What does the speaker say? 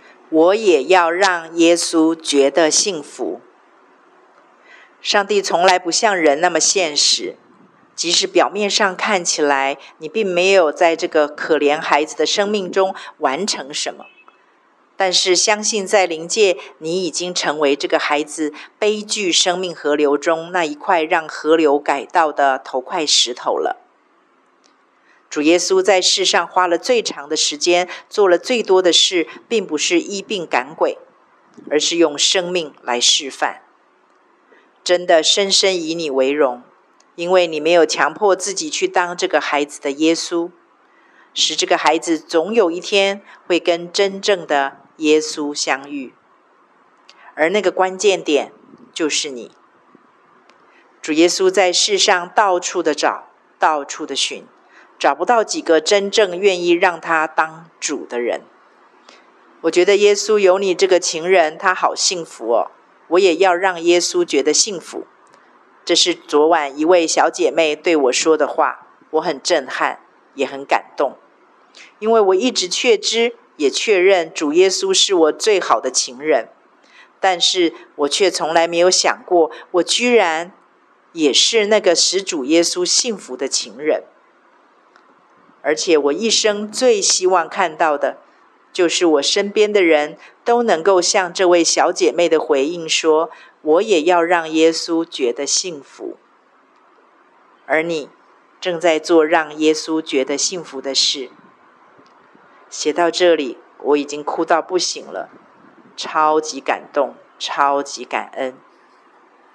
我也要让耶稣觉得幸福。上帝从来不像人那么现实，即使表面上看起来你并没有在这个可怜孩子的生命中完成什么，但是相信在灵界，你已经成为这个孩子悲剧生命河流中那一块让河流改道的头块石头了。主耶稣在世上花了最长的时间，做了最多的事，并不是医病赶鬼，而是用生命来示范。真的深深以你为荣，因为你没有强迫自己去当这个孩子的耶稣，使这个孩子总有一天会跟真正的耶稣相遇，而那个关键点就是你。主耶稣在世上到处的找，到处的寻，找不到几个真正愿意让他当主的人。我觉得耶稣有你这个情人，他好幸福哦。我也要让耶稣觉得幸福。这是昨晚一位小姐妹对我说的话，我很震撼，也很感动。因为我一直确知，也确认主耶稣是我最好的情人，但是我却从来没有想过，我居然也是那个使主耶稣幸福的情人。而且我一生最希望看到的，就是我身边的人都能够像这位小姐妹的回应说，我也要让耶稣觉得幸福。而你正在做让耶稣觉得幸福的事。写到这里，我已经哭到不行了，超级感动，超级感恩。